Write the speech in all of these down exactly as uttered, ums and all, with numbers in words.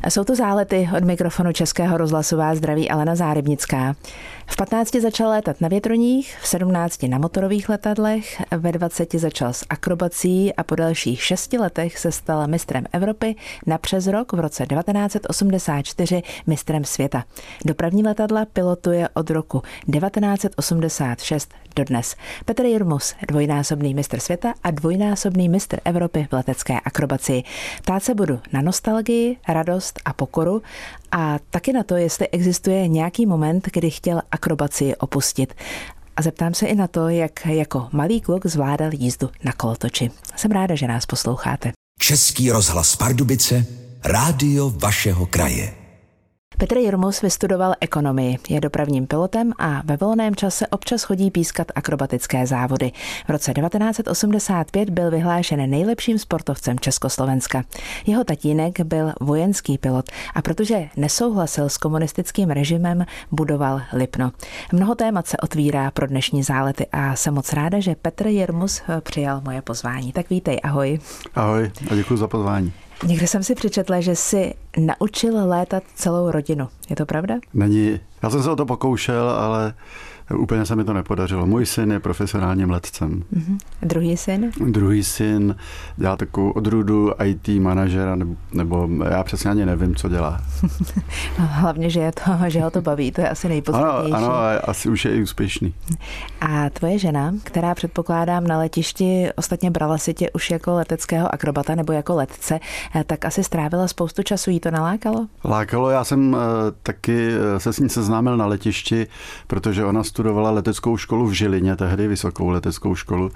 Jsou to Zálety, od mikrofonu Českého rozhlasu vás zdraví Alena Zárybnická. V patnácti začal létat na větroních, v sedmnácti na motorových letadlech, ve dvaceti začal s akrobací a po dalších šesti letech se stal mistrem Evropy, na přes rok v roce devatenáct set osmdesát čtyři mistrem světa. Dopravní letadla pilotuje od roku devatenáct set osmdesát šest dodnes. Petr Jirmus, dvojnásobný mistr světa a dvojnásobný mistr Evropy v letecké akrobaci. Ptát se budu na nostalgii, radost a pokoru a taky na to, jestli existuje nějaký moment, kdy chtěl akrobaci opustit. A zeptám se i na to, jak jako malý kluk zvládal jízdu na kolotoči. Jsem ráda, že nás posloucháte. Český rozhlas Pardubice, rádio vašeho kraje. Petr Jirmus vystudoval ekonomii, je dopravním pilotem a ve volném čase občas chodí pískat akrobatické závody. V roce devatenáct set osmdesát pět byl vyhlášen nejlepším sportovcem Československa. Jeho tatínek byl vojenský pilot a protože nesouhlasil s komunistickým režimem, budoval Lipno. Mnoho témat se otvírá pro dnešní Zálety a jsem moc ráda, že Petr Jirmus přijal moje pozvání. Tak vítej, ahoj. Ahoj a děkuji za pozvání. Někde jsem si přečetla, že jsi naučil létat celou rodinu. Je to pravda? Není. Já jsem se o to pokoušel, ale úplně se mi to nepodařilo. Můj syn je profesionálním letcem. Uh-huh. Druhý syn? Druhý syn dělá takovou odrůdu í té manažera, nebo, nebo já přesně ani nevím, co dělá. No, hlavně, že, je to, že ho to baví, to je asi nejpodstatnější. Ano, ano, asi už je i úspěšný. A tvoje žena, která předpokládám na letišti, ostatně brala si tě už jako leteckého akrobata nebo jako letce, tak asi strávila spoustu času, jí to nalákalo? Lákalo, já jsem taky se s ní seznámil na letišti, protože ona studovala leteckou školu v Žilině, tehdy vysokou leteckou školu,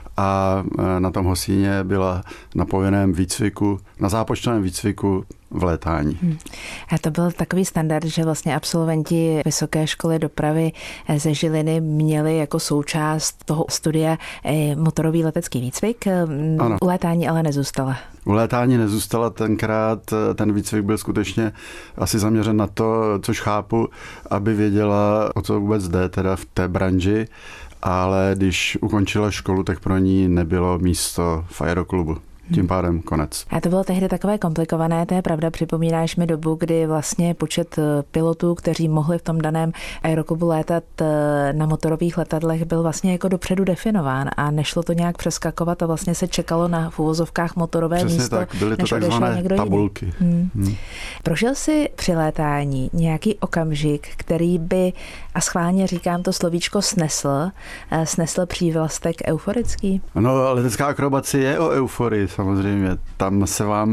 a na tom Hosíně byla na povinném výcviku, na zápočtovém výcviku v létání. Hmm. A to byl takový standard, že vlastně absolventi Vysoké školy dopravy ze Žiliny měli jako součást toho studia motorový letecký výcvik. Ano. U létání ale nezůstala. U létání nezůstala tenkrát, ten výcvik byl skutečně asi zaměřen na to, což chápu, aby věděla, o co vůbec jde teda v té branži, ale když ukončila školu, tak pro ní nebylo místo v aeroklubu. Tím pádem konec. A to bylo tehdy takové komplikované, to je pravda, připomínáš mi dobu, kdy vlastně počet pilotů, kteří mohli v tom daném aeroklubu létat na motorových letadlech, byl vlastně jako dopředu definován a nešlo to nějak přeskakovat a vlastně se čekalo na v uvozovkách motorové Přesně místo. Tak, byly to takzvané tabulky. Hmm. Hmm. Prožil jsi při létání nějaký okamžik, který by, a schválně říkám to slovíčko snesl, snesl přívlastek euforický? No, letecká akrobacie je o euforii. Samozřejmě, tam se vám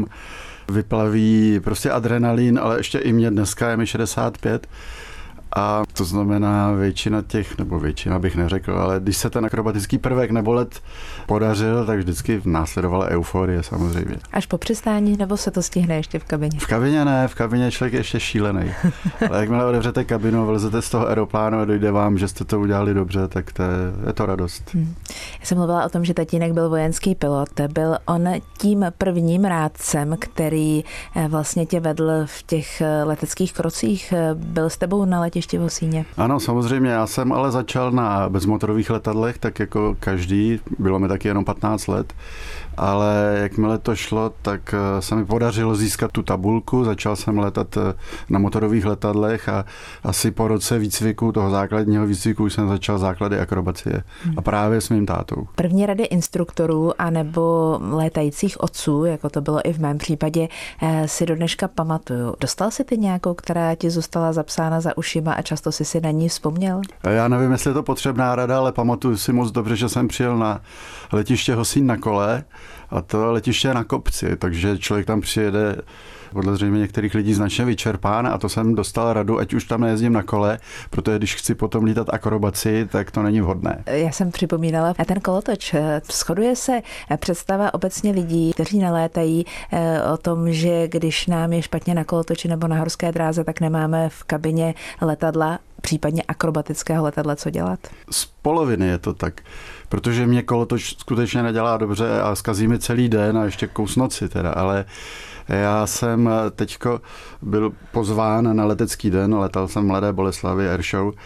vyplaví prostě adrenalin, ale ještě i mě dneska je mi šedesát pět a to znamená většina těch, nebo většina bych neřekl, ale když se ten akrobatický prvek nebo let podařil, tak vždycky následovala euforie samozřejmě. Až po přistání, nebo se to stihne ještě v kabině? V kabině ne, v kabině člověk je ještě šílený. Ale jakmile otevřete kabinu, vylezete z toho aeroplánu a dojde vám, že jste to udělali dobře, tak to je, je to radost. Hmm. Já jsem mluvila o tom, že tatínek byl vojenský pilot. Byl on tím prvním rádcem, který vlastně tě vedl v těch leteckých krocích. Byl s tebou na letišti v Hosíně? Ano, samozřejmě. Já jsem ale začal na bezmotorových letadlech, tak jako každý. Bylo mi taky jenom patnáct let. Ale jakmile to šlo, tak se mi podařilo získat tu tabulku. Začal jsem letat na motorových letadlech a asi po roce výcviku, toho základního výcviku, už jsem začal základy akrobacie. Hmm. A právě s mým tátou. První rady instruktorů anebo létajících otců, jako to bylo i v mém případě, si do dneška pamatuju. Dostal jsi ty nějakou, která ti zůstala zapsána za ušima a často jsi si na ní vzpomněl? Já nevím, jestli je to potřebná rada, ale pamatuju si moc dobře, že jsem přijel na letiště Hosín na kole a to letiště je na kopci, takže člověk tam přijede podle zřejmě některých lidí značně vyčerpán a to jsem dostal radu, ať už tam nejezdím na kole, protože když chci potom lítat akrobaci, tak to není vhodné. Já jsem připomínala a ten kolotoč. Shoduje se představa obecně lidí, kteří nalétají o tom, že když nám je špatně na kolotoči nebo na horské dráze, tak nemáme v kabině letadla, případně akrobatického letadla, co dělat? Z poloviny je to tak, protože mě kolotoč skutečně nedělá dobře a zkazí mi celý den a ještě kus noci teda, ale já jsem teďko byl pozván na letecký den, letal jsem v Mladé Boleslavi Airshow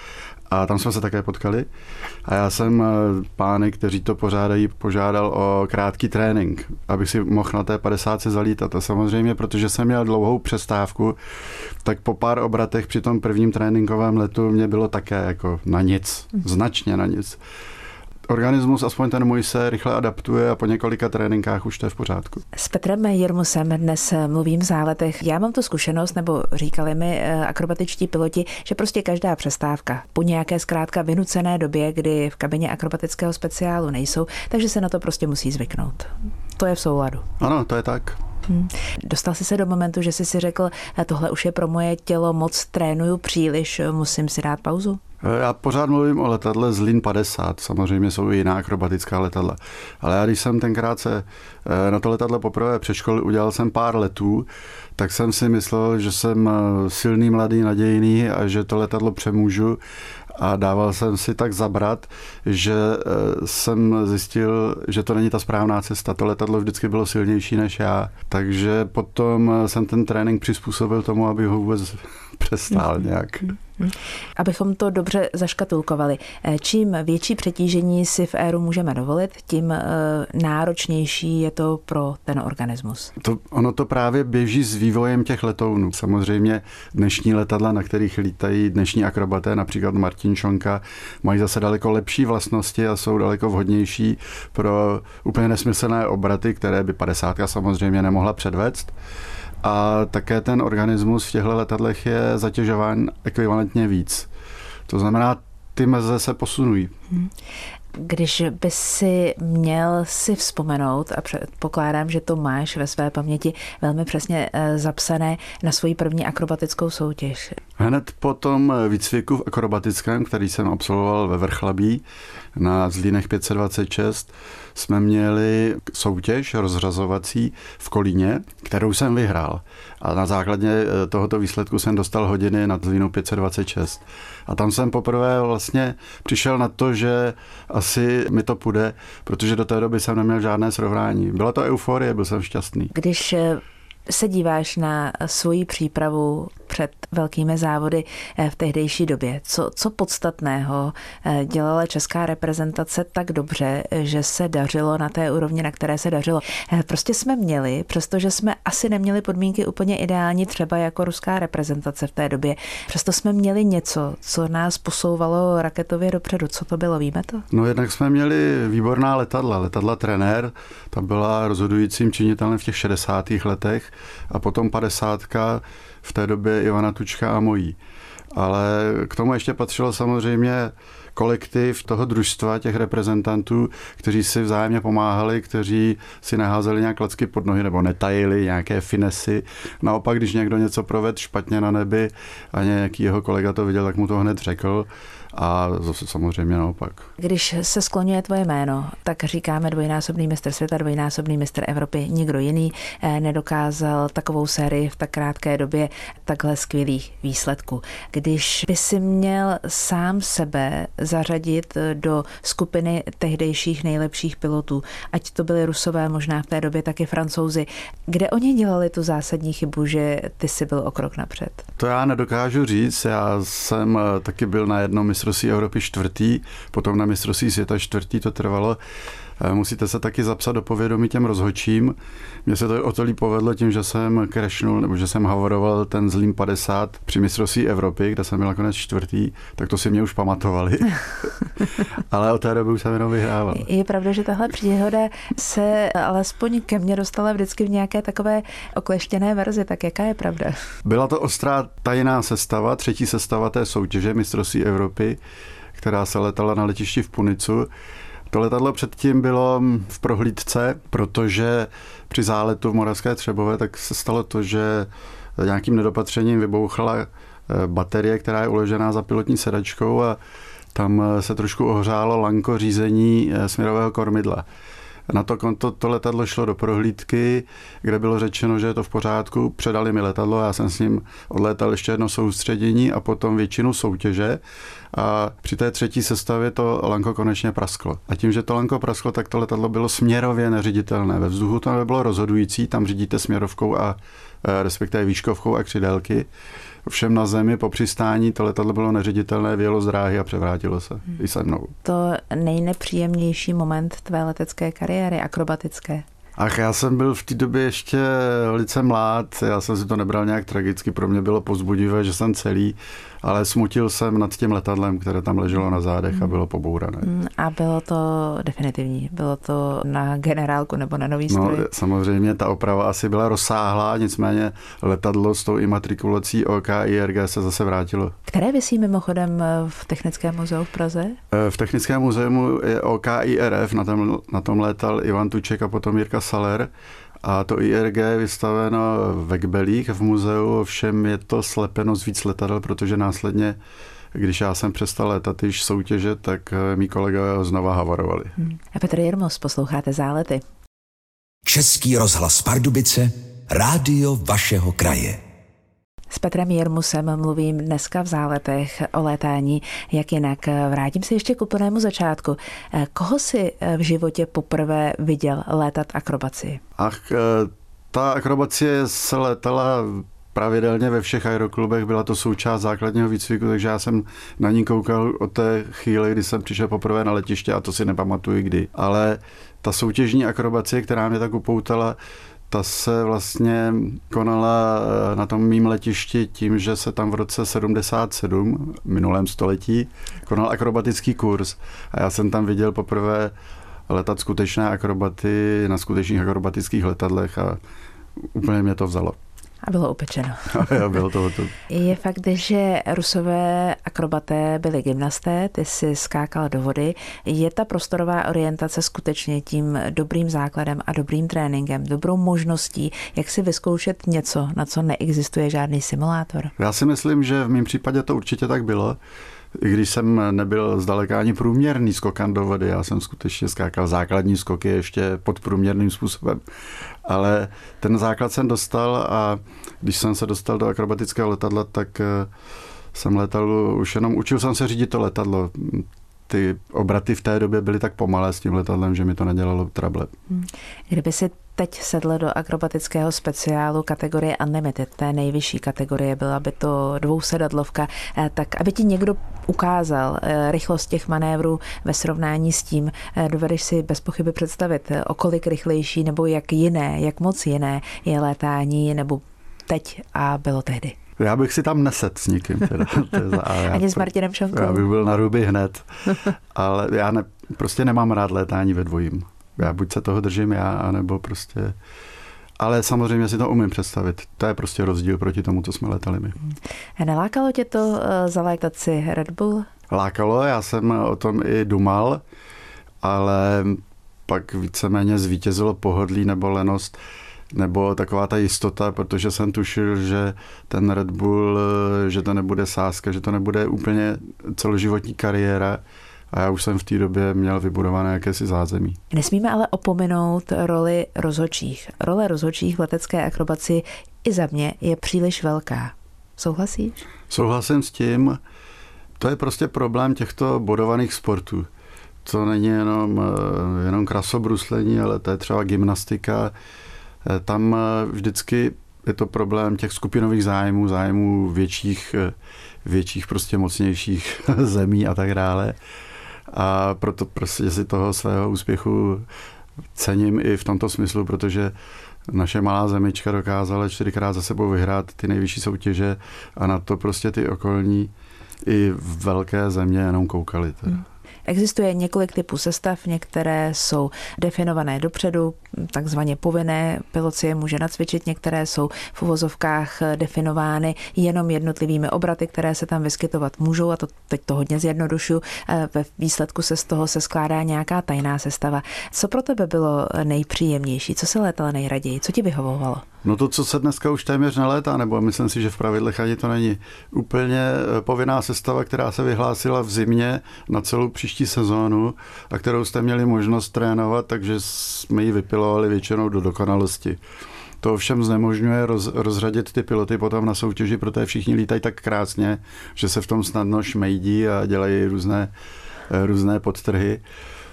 a tam jsme se také potkali. A já jsem pány, kteří to pořádají, požádal o krátký trénink, abych si mohl na té padesátce zalítat. A samozřejmě, protože jsem měl dlouhou přestávku, tak po pár obratech při tom prvním tréninkovém letu mě bylo také jako na nic, značně na nic. Organismus, aspoň ten můj, se rychle adaptuje a po několika tréninkách už to je v pořádku. S Petrem Jirmusem dnes mluvím v záletech. Já mám tu zkušenost, nebo říkali mi akrobatičtí piloti, že prostě každá přestávka po nějaké zkrátka vynucené době, kdy v kabině akrobatického speciálu nejsou, takže se na to prostě musí zvyknout. To je v souladu. Ano, to je tak. Hmm. Dostal jsi se do momentu, že jsi si řekl, tohle už je pro moje tělo moc, trénuju příliš, musím si dát pauzu? Já pořád mluvím o letadle Zlín padesát, samozřejmě jsou i jiná akrobatická letadla. Ale já když jsem tenkrát se na to letadlo poprvé přeškolil, udělal jsem pár letů, tak jsem si myslel, že jsem silný, mladý, nadějný a že to letadlo přemůžu. A dával jsem si tak zabrat, že jsem zjistil, že to není ta správná cesta. To letadlo vždycky bylo silnější než já. Takže potom jsem ten trénink přizpůsobil tomu, aby ho vůbec přestál nějak. Abychom to dobře zaškatulkovali. Čím větší přetížení si v éru můžeme dovolit, tím náročnější je to pro ten organismus. To, ono to právě běží s vývojem těch letounů. Samozřejmě dnešní letadla, na kterých lítají dnešní akrobaté, například Martin Šonka, mají zase daleko lepší vlastnosti a jsou daleko vhodnější pro úplně nesmyslné obraty, které by padesátka samozřejmě nemohla předvést. A také ten organismus v těchto letadlech je zatěžován ekvivalentně víc. To znamená, ty meze se posunují. Když bys si měl si vzpomenout, a předpokládám, že to máš ve své paměti velmi přesně zapsané, na svoji první akrobatickou soutěž. Hned po tom výcviku v akrobatickém, který jsem absolvoval ve Vrchlabí na Zlínech pět set dvacet šest, jsme měli soutěž rozřazovací v Kolíně, kterou jsem vyhrál. A na základě tohoto výsledku jsem dostal hodiny na Zlínu pět set dvacet šest. A tam jsem poprvé vlastně přišel na to, že asi mi to půjde, protože do té doby jsem neměl žádné srovnání. Byla to euforie, byl jsem šťastný. Když se díváš na svoji přípravu před velkými závody v tehdejší době, co, co podstatného dělala česká reprezentace tak dobře, že se dařilo na té úrovni, na které se dařilo. Prostě jsme měli, přestože jsme asi neměli podmínky úplně ideální, třeba jako ruská reprezentace v té době, přesto jsme měli něco, co nás posouvalo raketově dopředu. Co to bylo, víme to? No jednak jsme měli výborná letadla. Letadla Trenér, ta byla rozhodujícím činitelem v těch šedesátých letech a potom padesátka v té době Ivana Tučka a mojí. Ale k tomu ještě patřilo samozřejmě kolektiv toho družstva, těch reprezentantů, kteří si vzájemně pomáhali, kteří si neházeli nějak klacky pod nohy nebo netajili nějaké finesy. Naopak, když někdo něco provedl špatně na nebi a nějaký jeho kolega to viděl, tak mu to hned řekl. A zase samozřejmě naopak. Když se skloňuje tvoje jméno, tak říkáme dvojnásobný mistr světa, dvojnásobný mistr Evropy. Nikdo jiný nedokázal takovou sérii v tak krátké době takhle skvělých výsledků. Když by si měl sám sebe zařadit do skupiny tehdejších nejlepších pilotů, ať to byli Rusové, možná v té době taky Francouzi, kde oni dělali tu zásadní chybu, že ty jsi byl o krok napřed? To já nedokážu říct. Já jsem taky byl na jednom mistrovství Evropy čtvrtý, potom na mistrovství světa čtvrtý to trvalo. Musíte se taky zapsat do povědomí těm rozhodčím. Mně se to o to líp povedlo tím, že jsem crashnul, nebo že jsem havoroval ten Zlín padesát při mistrovství Evropy, kde jsem byl nakonec čtvrtý, tak to si mě už pamatovali. Ale od té doby už jsem jenom vyhrával. Je pravda, že tahle příhoda se alespoň ke mně dostala vždycky v nějaké takové okleštěné verzi, tak jaká je pravda? Byla to ostrá tajná sestava, třetí sestava té soutěže mistrovství Evropy, která se letala na letišti v Punicu. To letadlo předtím bylo v prohlídce, protože při záletu v Moravské Třebové tak se stalo to, že nějakým nedopatřením vybouchla baterie, která je uložená za pilotní sedačkou a tam se trošku ohřálo lanko řízení směrového kormidla. Na to konto to letadlo šlo do prohlídky, kde bylo řečeno, že je to v pořádku. Předali mi letadlo, já jsem s ním odlétal ještě jedno soustředění a potom většinu soutěže. A při té třetí sestavě to lanko konečně prasklo. A tím, že to lanko prasklo, tak to letadlo bylo směrově neřiditelné. Ve vzduchu to nebylo rozhodující, tam řídíte směrovkou a respektive výškovkou a křidélky. Všem na zemi po přistání to letadlo bylo neředitelné, vyjelo z dráhy a převrátilo se hmm. i se mnou. To nejnepříjemnější moment tvé letecké kariéry, akrobatické? Ach, já jsem byl v té době ještě velice mlád, já jsem si to nebral nějak tragicky, pro mě bylo povzbudivé, že jsem celý, ale smutil jsem nad tím letadlem, které tam leželo na zádech a bylo pobourané. A bylo to definitivní? Bylo to na generálku nebo na nový stroj? No, samozřejmě ta oprava asi byla rozsáhlá, nicméně letadlo s tou imatrikulací O K I R G se zase vrátilo. Které visí mimochodem v Technickém muzeu v Praze? V Technickém muzeu je O K I R F, na tom, na tom létal Ivan Tuček a potom Jirka Saler. A to I R G je vystaveno ve Kbelích v muzeu, všem je to slepeno z víc letadel, protože následně, když já jsem přestal létat již soutěže, tak mý kolegové ho znova havarovali. Hmm. A Petr Jirmos, posloucháte Zálety. Český rozhlas Pardubice, rádio vašeho kraje. S Petrem Jirmusem mluvím dneska v Záletech o létání, jak jinak. Vrátím se ještě k úplnému začátku. Koho si v životě poprvé viděl létat akrobaci? Ach, ta akrobacie se létala pravidelně ve všech aeroklubech, byla to součást základního výcviku, takže já jsem na ní koukal od té chvíle, kdy jsem přišel poprvé na letiště, a to si nepamatuji kdy. Ale ta soutěžní akrobacie, která mě tak upoutala, ta se vlastně konala na tom mým letišti tím, že se tam v roce sedmdesát sedm, minulém století, konal akrobatický kurz. A já jsem tam viděl poprvé letat skutečné akrobaty na skutečných akrobatických letadlech a úplně mě to vzalo. A bylo upečeno. A bylo to hotovo. Je fakt, že Rusové akrobaté byli gymnasté, ty si skákal do vody. Je ta prostorová orientace skutečně tím dobrým základem a dobrým tréninkem, dobrou možností, jak si vyzkoušet něco, na co neexistuje žádný simulátor? Já si myslím, že v mém případě to určitě tak bylo. I když jsem nebyl zdaleka ani průměrný skokan do vody, já jsem skutečně skákal základní skoky ještě podprůměrným způsobem. Ale ten základ jsem dostal a když jsem se dostal do akrobatického letadla, tak jsem letal už jenom, učil jsem se řídit to letadlo. Ty obraty v té době byly tak pomalé s tím letadlem, že mi to nedělalo trable. Kdyby si teď sedl do akrobatického speciálu kategorie Unlimited, té nejvyšší kategorie, byla by to dvousedadlovka, tak aby ti někdo ukázal rychlost těch manévrů ve srovnání s tím, dovedeš si bez pochyby představit, o kolik rychlejší nebo jak jiné, jak moc jiné je létání nebo teď a bylo tehdy. Já bych si tam neset s nikým. Teda. Ani s Martinem Šonkou. Já bych byl na ruby hned. Ale já ne, prostě nemám rád létání ve dvojím. Já buď se toho držím já, anebo prostě... Ale samozřejmě si to umím představit. To je prostě rozdíl proti tomu, co jsme letali my. Nelákalo tě to zalétat si Red Bull? Lákalo, já jsem o tom i dumal, ale pak víceméně zvítězilo pohodlí nebo lenost, nebo taková ta jistota, protože jsem tušil, že ten Red Bull, že to nebude sázka, že to nebude úplně celoživotní kariéra a já už jsem v té době měl vybudované jakési zázemí. Nesmíme ale opomenout roli rozhodčích. Role rozhodčích v letecké akrobaci i za mě je příliš velká. Souhlasíš? Souhlasím s tím. To je prostě problém těchto bodovaných sportů. To není jenom, jenom krasobruslení, ale to je třeba gymnastika. Tam vždycky je to problém těch skupinových zájmů, zájmů větších, větších prostě mocnějších zemí a tak dále. A proto prostě si toho svého úspěchu cením i v tomto smyslu, protože naše malá zemička dokázala čtyřikrát za sebou vyhrát ty nejvyšší soutěže a na to prostě ty okolní i velké země jenom koukali. Hmm. Existuje několik typů sestav, některé jsou definované dopředu, takzvaně povinné, pilot si je může nacvičit, některé jsou v uvozovkách definovány jenom jednotlivými obraty, které se tam vyskytovat můžou, a to teď to hodně zjednodušu, ve výsledku se z toho se skládá nějaká tajná sestava. Co pro tebe bylo nejpříjemnější? Co se létalo nejraději? Co ti vyhovovalo? No to, co se dneska už téměř nelétá, nebo myslím si, že v pravidlech ani to není úplně povinná sestava, která se vyhlásila v zimě na celou příští sezónu a kterou jste měli možnost trénovat, takže jsme ji vypilovali většinou do dokonalosti. To ovšem znemožňuje roz, rozřadit ty piloty potom na soutěži, protože všichni lítají tak krásně, že se v tom snadno šmejdí a dělají různé, různé podtrhy.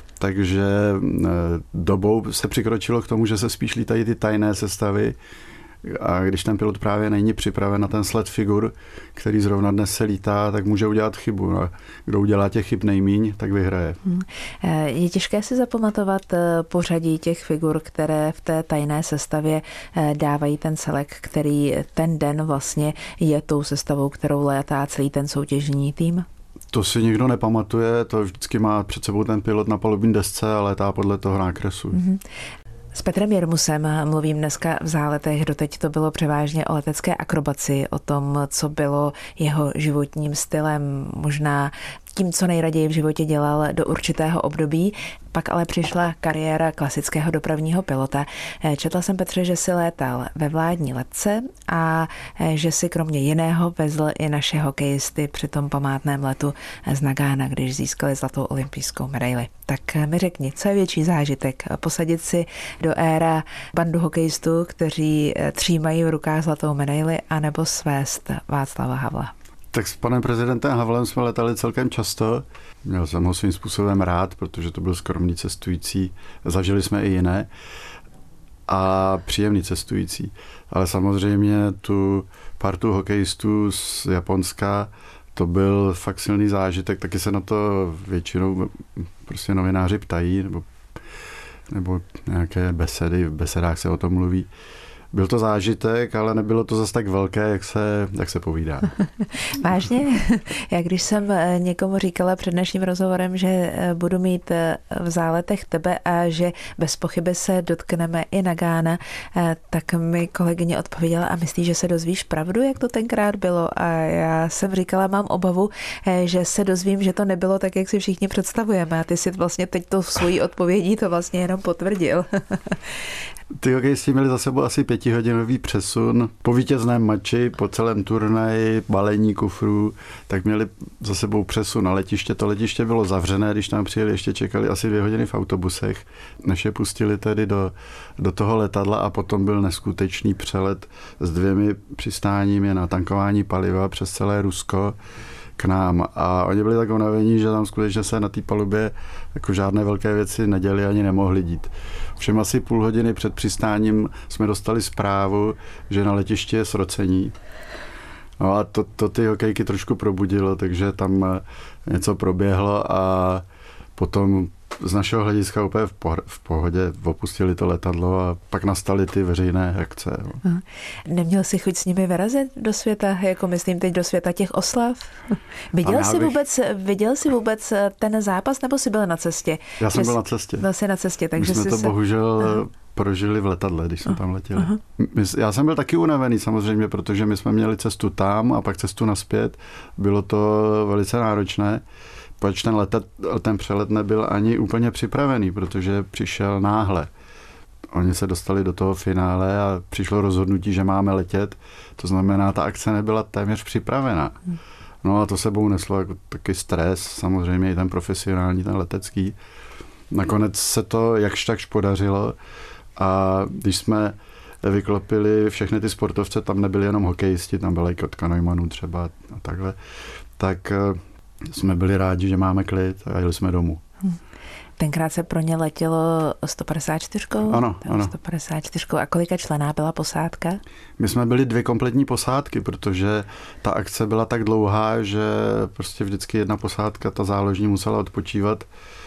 Takže dobou se přikročilo k tomu, že se spíš lítají ty tajné sestavy A když ten pilot právě není připraven na ten sled figur, který zrovna dnes se lítá, tak může udělat chybu. A kdo udělá těch chyb nejmíň, tak vyhraje. Je těžké si zapamatovat pořadí těch figur, které v té tajné sestavě dávají ten celek, který ten den vlastně je tou sestavou, kterou létá celý ten soutěžní tým? To si nikdo nepamatuje, to vždycky má před sebou ten pilot na palubní desce a létá podle toho nákresu. Mm-hmm. S Petrem Jermusem mluvím dneska v Záletech. Doteď to bylo převážně o letecké akrobaci, o tom, co bylo jeho životním stylem, možná tím, co nejraději v životě dělal do určitého období. Pak ale přišla kariéra klasického dopravního pilota. Četla jsem, Petře, že si létal ve vládní letce a že si kromě jiného vezl i naše hokejisty při tom památném letu z Nagána, když získali zlatou olympijskou medaili. Tak mi řekni, co je větší zážitek? Posadit si do éra bandu hokejistů, kteří třímají v rukách zlatou medaili, anebo svést Václava Havla? Tak s panem prezidentem Havlem jsme letali celkem často. Měl jsem ho svým způsobem rád, protože to byl skromný cestující. Zažili jsme i jiné a příjemný cestující. Ale samozřejmě tu partu hokejistů z Japonska, to byl fakt silný zážitek. Taky se na to většinou prostě novináři ptají, nebo, nebo nějaké besedy, v besedách se o tom mluví. Byl to zážitek, ale nebylo to zase tak velké, jak se, jak se povídá. Vážně? Já když jsem někomu říkala před dnešním rozhovorem, že budu mít v Záletech tebe a že bez pochyby se dotkneme i Nagána, tak mi kolegyně odpověděla: a myslíš, že se dozvíš pravdu, jak to tenkrát bylo? A já jsem říkala, mám obavu, že se dozvím, že to nebylo tak, jak si všichni představujeme. A ty si vlastně teď to svojí odpovědí to vlastně jenom potvrdil. Ty hokejisti měli za sebou asi pětihodinový přesun. Po vítězném mači, po celém turnaji, balení kufrů, tak měli za sebou přesun na letiště. To letiště bylo zavřené, když tam přijeli, ještě čekali asi dvě hodiny v autobusech, než je pustili tedy do, do toho letadla a potom byl neskutečný přelet s dvěmi přistáními na tankování paliva přes celé Rusko k nám. A oni byli tak unavení, že tam skutečně se na té palubě jako žádné velké věci neděli ani nemohli dít. Všem asi půl hodiny před přistáním jsme dostali zprávu, že na letišti je srocení. No a to, to ty hokejky trošku probudilo, takže tam něco proběhlo a potom z našeho hlediska úplně v, po, v pohodě opustili to letadlo a pak nastaly ty veřejné akce. Aha. Neměl jsi chuť s nimi vyrazit do světa, jako myslím teď do světa těch oslav? Viděl jsi, bych... vůbec, viděl jsi vůbec ten zápas, nebo jsi byl na cestě? Já jsem že byl na cestě. Byl jsi na cestě, takže My jsme jsi to se... bohužel Aha. prožili v letadle, když jsme Aha. tam letěli. Aha. Já jsem byl taky unavený samozřejmě, protože my jsme měli cestu tam a pak cestu nazpět. Bylo to velice náročné. Pač ten, letat, ten přelet nebyl ani úplně připravený, protože přišel náhle. Oni se dostali do toho finále a přišlo rozhodnutí, že máme letět. To znamená, ta akce nebyla téměř připravená. No a to sebou neslo jako taky stres, samozřejmě i ten profesionální, ten letecký. Nakonec se to jakž takž podařilo a když jsme vyklopili všechny ty sportovce, tam nebyli jenom hokejisti, tam byla i Kotka Neumannů třeba a takhle, tak jsme byli rádi, že máme klid a jeli jsme domů. Tenkrát se pro ně letělo sto padesát čtyři? Ano, ano. sto padesát čtyři. A kolika člená byla posádka? My jsme byli dvě kompletní posádky, protože ta akce byla tak dlouhá, že prostě vždycky jedna posádka, ta záložní, musela odpočívat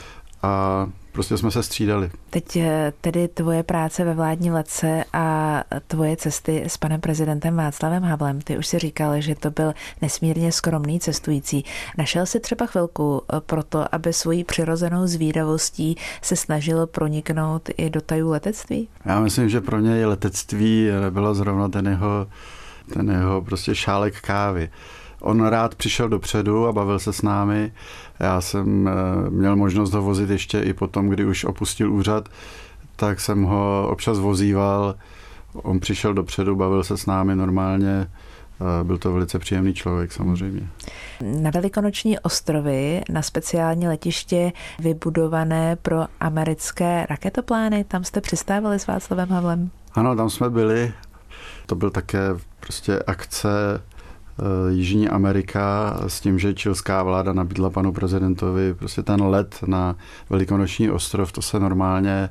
a prostě jsme se střídali. Teď tedy tvoje práce ve vládní letce a tvoje cesty s panem prezidentem Václavem Havlem. Ty už si říkal, že to byl nesmírně skromný cestující. Našel si třeba chvilku pro to, aby svojí přirozenou zvídavostí se snažil proniknout i do tajů letectví? Já myslím, že pro něj letectví nebylo zrovna ten jeho, ten jeho prostě šálek kávy. On rád přišel dopředu a bavil se s námi. Já jsem měl možnost ho vozit ještě i potom, kdy už opustil úřad, tak jsem ho občas vozíval. On přišel dopředu, bavil se s námi normálně. Byl to velice příjemný člověk samozřejmě. Na Velikonoční ostrovy, na speciální letiště vybudované pro americké raketoplány, tam jste přistávali s Václavem Havlem? Ano, tam jsme byli. To byl také prostě akce Jižní Amerika s tím, že chilská vláda nabídla panu prezidentovi prostě ten let na Velikonoční ostrov, to se normálně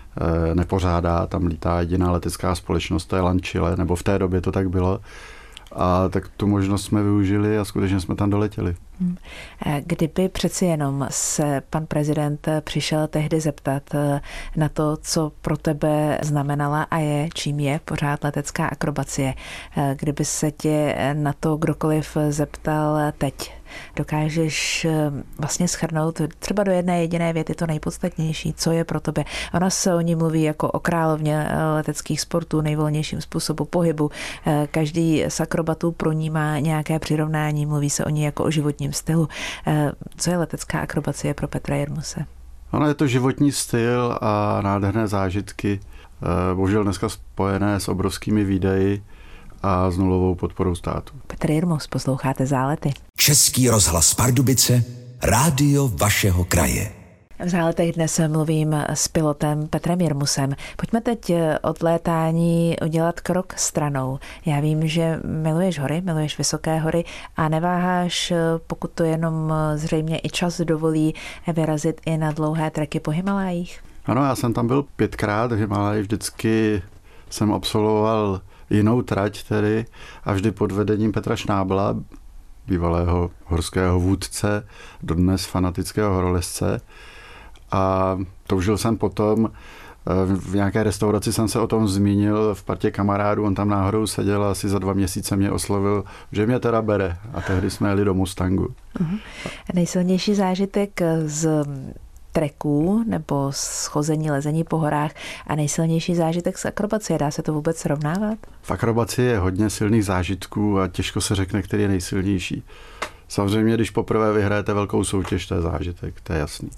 nepořádá, tam lítá jediná letecká společnost, to je LAN Chile, nebo v té době to tak bylo. A tak tu možnost jsme využili a skutečně jsme tam doletěli. Kdyby přeci jenom se pan prezident přišel tehdy zeptat na to, co pro tebe znamenala a je, čím je pořád letecká akrobacie, kdyby se tě na to kdokoliv zeptal teď, dokážeš vlastně shrnout třeba do jedné jediné věty to nejpodstatnější, co je pro tebe. Ona se o ní mluví jako o královně leteckých sportů, nejvolnějším způsobu pohybu. Každý z akrobatů pro ní má nějaké přirovnání, mluví se o ní jako o životním stylu. Co je letecká akrobacie pro Petra Jirmuse? Ono je to životní styl a nádherné zážitky, bohužel dneska spojené s obrovskými výdaji a s nulovou podporou státu. Petr Jirmus, posloucháte Zálety. Český rozhlas Pardubice, rádio vašeho kraje. V Záletech dnes mluvím s pilotem Petrem Jirmusem. Pojďme teď od létání udělat krok stranou. Já vím, že miluješ hory, miluješ vysoké hory a neváháš, pokud to jenom zřejmě i čas dovolí, vyrazit i na dlouhé treky po Himalájích. Ano, já jsem tam byl pětkrát v Himaláji, vždycky jsem absolvoval jinou trať tedy a vždy pod vedením Petra Šnábla, bývalého horského vůdce, dodnes fanatického horolezce. A toužil jsem potom, v nějaké restauraci jsem se o tom zmínil v partě kamarádů, on tam náhodou seděl a asi za dva měsíce mě oslovil, že mě teda bere. A tehdy jsme jeli do Mustangu. Uh-huh. Nejsilnější zážitek z treků nebo schození, lezení po horách a nejsilnější zážitek z akrobacie. Dá se to vůbec srovnávat? V akrobaci je hodně silných zážitků a těžko se řekne, který je nejsilnější. Samozřejmě, když poprvé vyhrajete velkou soutěž, to je zážitek, to je jasný.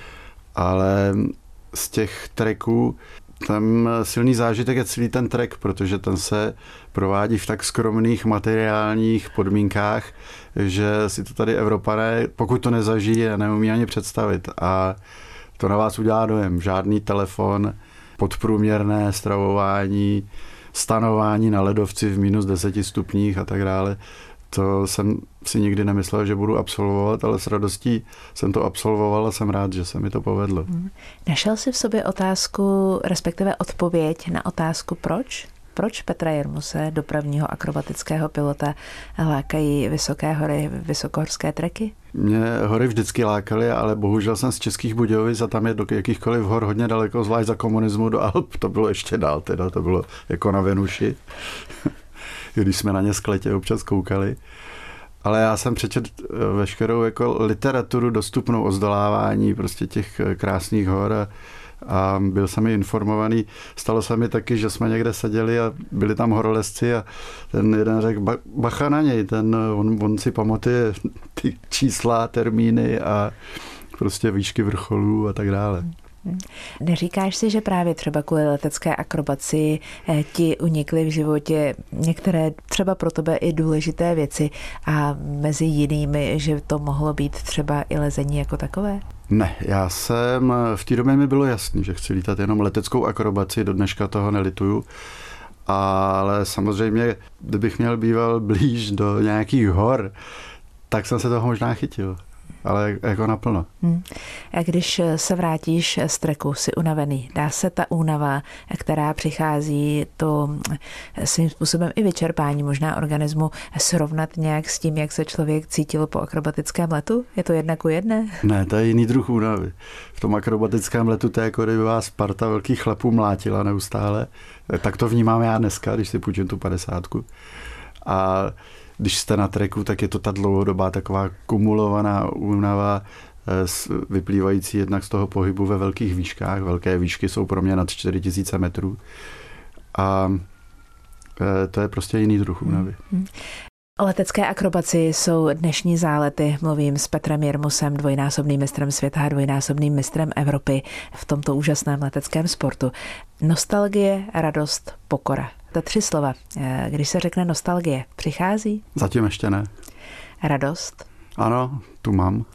Ale z těch treků tam silný zážitek je celý ten trek, protože ten se provádí v tak skromných materiálních podmínkách, že si to tady Evropané, pokud to nezažijí, neumí ani představit. A to na vás udělá dojem. Žádný telefon, podprůměrné stravování, stanování na ledovci v minus deseti stupních a tak dále. To jsem si nikdy nemyslel, že budu absolvovat, ale s radostí jsem to absolvoval a jsem rád, že se mi to povedlo. Našel jsi v sobě otázku, respektive odpověď na otázku proč? Proč Petra Jirmuse, dopravního akrobatického pilota, lákají vysoké hory, vysokohorské treky? Mě hory vždycky lákaly, ale bohužel jsem z Českých Budějovic a tam je do jakýchkoliv hor hodně daleko, zvlášť za komunismu do Alp. To bylo ještě dál, teda to bylo jako na Venuši. Když jsme na ně z kletě občas koukali. Ale já jsem přečetl veškerou jako literaturu dostupnou o zdolávání prostě těch krásných hor a, a byl jsem i informovaný. Stalo se mi taky, že jsme někde seděli a byli tam horolezci a ten jeden řekl, bacha na něj, ten, on, on si pamatuje ty čísla, termíny a prostě výšky vrcholů a tak dále. Neříkáš si, že právě třeba kvůli letecké akrobaci ti unikly v životě některé třeba pro tebe i důležité věci a mezi jinými, že to mohlo být třeba i lezení jako takové? Ne, já jsem, v té době mi bylo jasný, že chci lítat jenom leteckou akrobaci, do dneška toho nelituju, ale samozřejmě, kdybych měl býval blíž do nějakých hor, tak jsem se toho možná chytil. Ale jako naplno. Hmm. A když se vrátíš z treku, jsi unavený, dá se ta únava, která přichází, to svým způsobem i vyčerpání možná organismu, srovnat nějak s tím, jak se člověk cítil po akrobatickém letu? Je to jedna ku jedné? Ne, to je jiný druh únavy. V tom akrobatickém letu to je jako kdyby vás parta velkých chlapů mlátila neustále. Tak to vnímám já dneska, když si půjčím tu padesátku. A když jste na treku, tak je to ta dlouhodobá taková kumulovaná únava, vyplývající jednak z toho pohybu ve velkých výškách. Velké výšky jsou pro mě nad čtyři tisíce metrů. A to je prostě jiný druh únavy. O letecké akrobaci jsou dnešní Zálety. Mluvím s Petrem Jirmusem, dvojnásobným mistrem světa a dvojnásobným mistrem Evropy v tomto úžasném leteckém sportu. Nostalgie, radost, pokora. Ta tři slova. Když se řekne nostalgie, přichází? Zatím ještě ne. Radost? Ano, tu mám.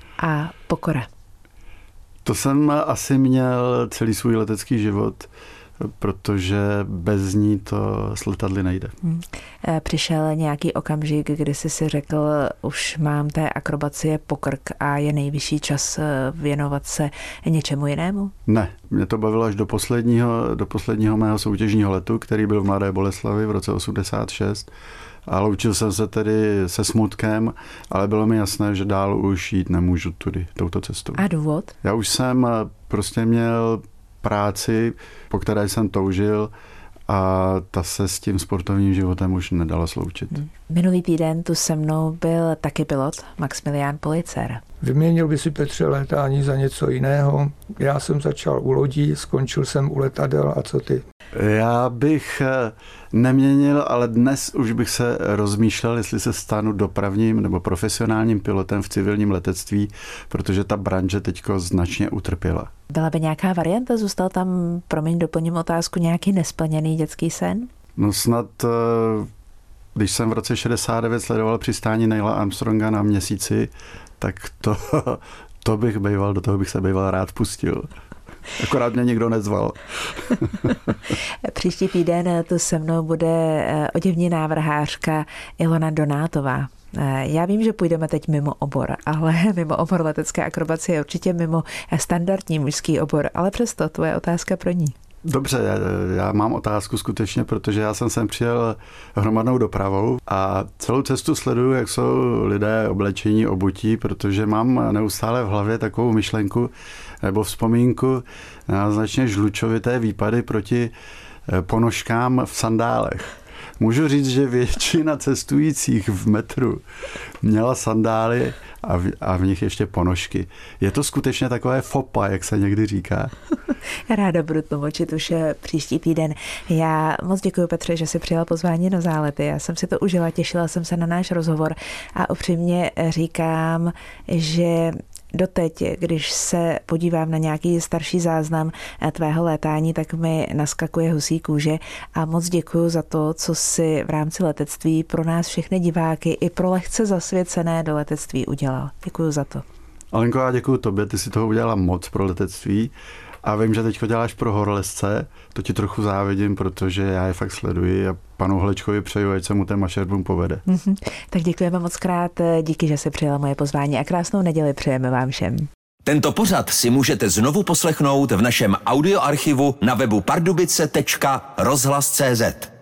A pokora? To jsem asi měl celý svůj letecký život. protože bez ní to s letadly nejde. Hmm. Přišel nějaký okamžik, kdy jsi si řekl, už mám té akrobacie pokrk a je nejvyšší čas věnovat se něčemu jinému? Ne, mě to bavilo až do posledního, do posledního mého soutěžního letu, který byl v Mladé Boleslavi v roce osmdesát šest. A loučil jsem se tedy se smutkem, ale bylo mi jasné, že dál už jít nemůžu tudy, touto cestou. A důvod? Já už jsem prostě měl práci, po které jsem toužil, a ta se s tím sportovním životem už nedala sloučit. Minulý týden tu se mnou byl taky pilot Maximilián Policer. Vyměnil by si, Petře, létání za něco jiného? Já jsem začal u lodí, skončil jsem u letadel, a co ty? Já bych neměnil, ale dnes už bych se rozmýšlel, jestli se stanu dopravním nebo profesionálním pilotem v civilním letectví, protože ta branže teďko značně utrpěla. Byla by nějaká varianta? Zůstal tam, promiň, doplním otázku, nějaký nesplněný dětský sen? No snad, když jsem v roce šedesát devět sledoval přistání Neila Armstronga na Měsíci, tak to, to bych bejval, do toho bych se bejval rád pustil. Akorát mě nikdo nezval. Příští týden tu se mnou bude oděvní návrhářka Ilona Donátová. Já vím, že půjdeme teď mimo obor, ale mimo obor letecké akrobacie je určitě mimo standardní mužský obor, ale přesto tvoje otázka pro ní. Dobře, já, já mám otázku skutečně, protože já jsem sem přijel hromadnou dopravou a celou cestu sleduju, jak jsou lidé oblečení, obutí, protože mám neustále v hlavě takovou myšlenku nebo vzpomínku na značně žlučovité výpady proti ponožkám v sandálech. Můžu říct, že většina cestujících v metru měla sandály a v, a v nich ještě ponožky. Je to skutečně takové fopa, jak se někdy říká? Ráda budu tlumočit už příští týden. Já moc děkuji, Petře, že jsi přijala pozvání na Zálety. Já jsem si to užila, těšila jsem se na náš rozhovor a upřímně říkám, že doteď, když se podívám na nějaký starší záznam tvého létání, tak mi naskakuje husí kůže a moc děkuji za to, co si v rámci letectví pro nás všechny diváky i pro lehce zasvěcené do letectví udělal. Děkuji za to. Alenko, já děkuji tobě, ty si toho udělala moc pro letectví a vím, že teďko děláš pro horolezce, to ti trochu závidím, protože já je fakt sleduji a panu Holečkovi přeju, ať se mu ten mašerbum povede. Mm-hmm. Tak děkujeme moc krát, díky, že jsi přijala moje pozvání a krásnou neděli přejeme vám všem. Tento pořad si můžete znovu poslechnout v našem audioarchivu na webu pardubice tečka rozhlas tečka cé zet.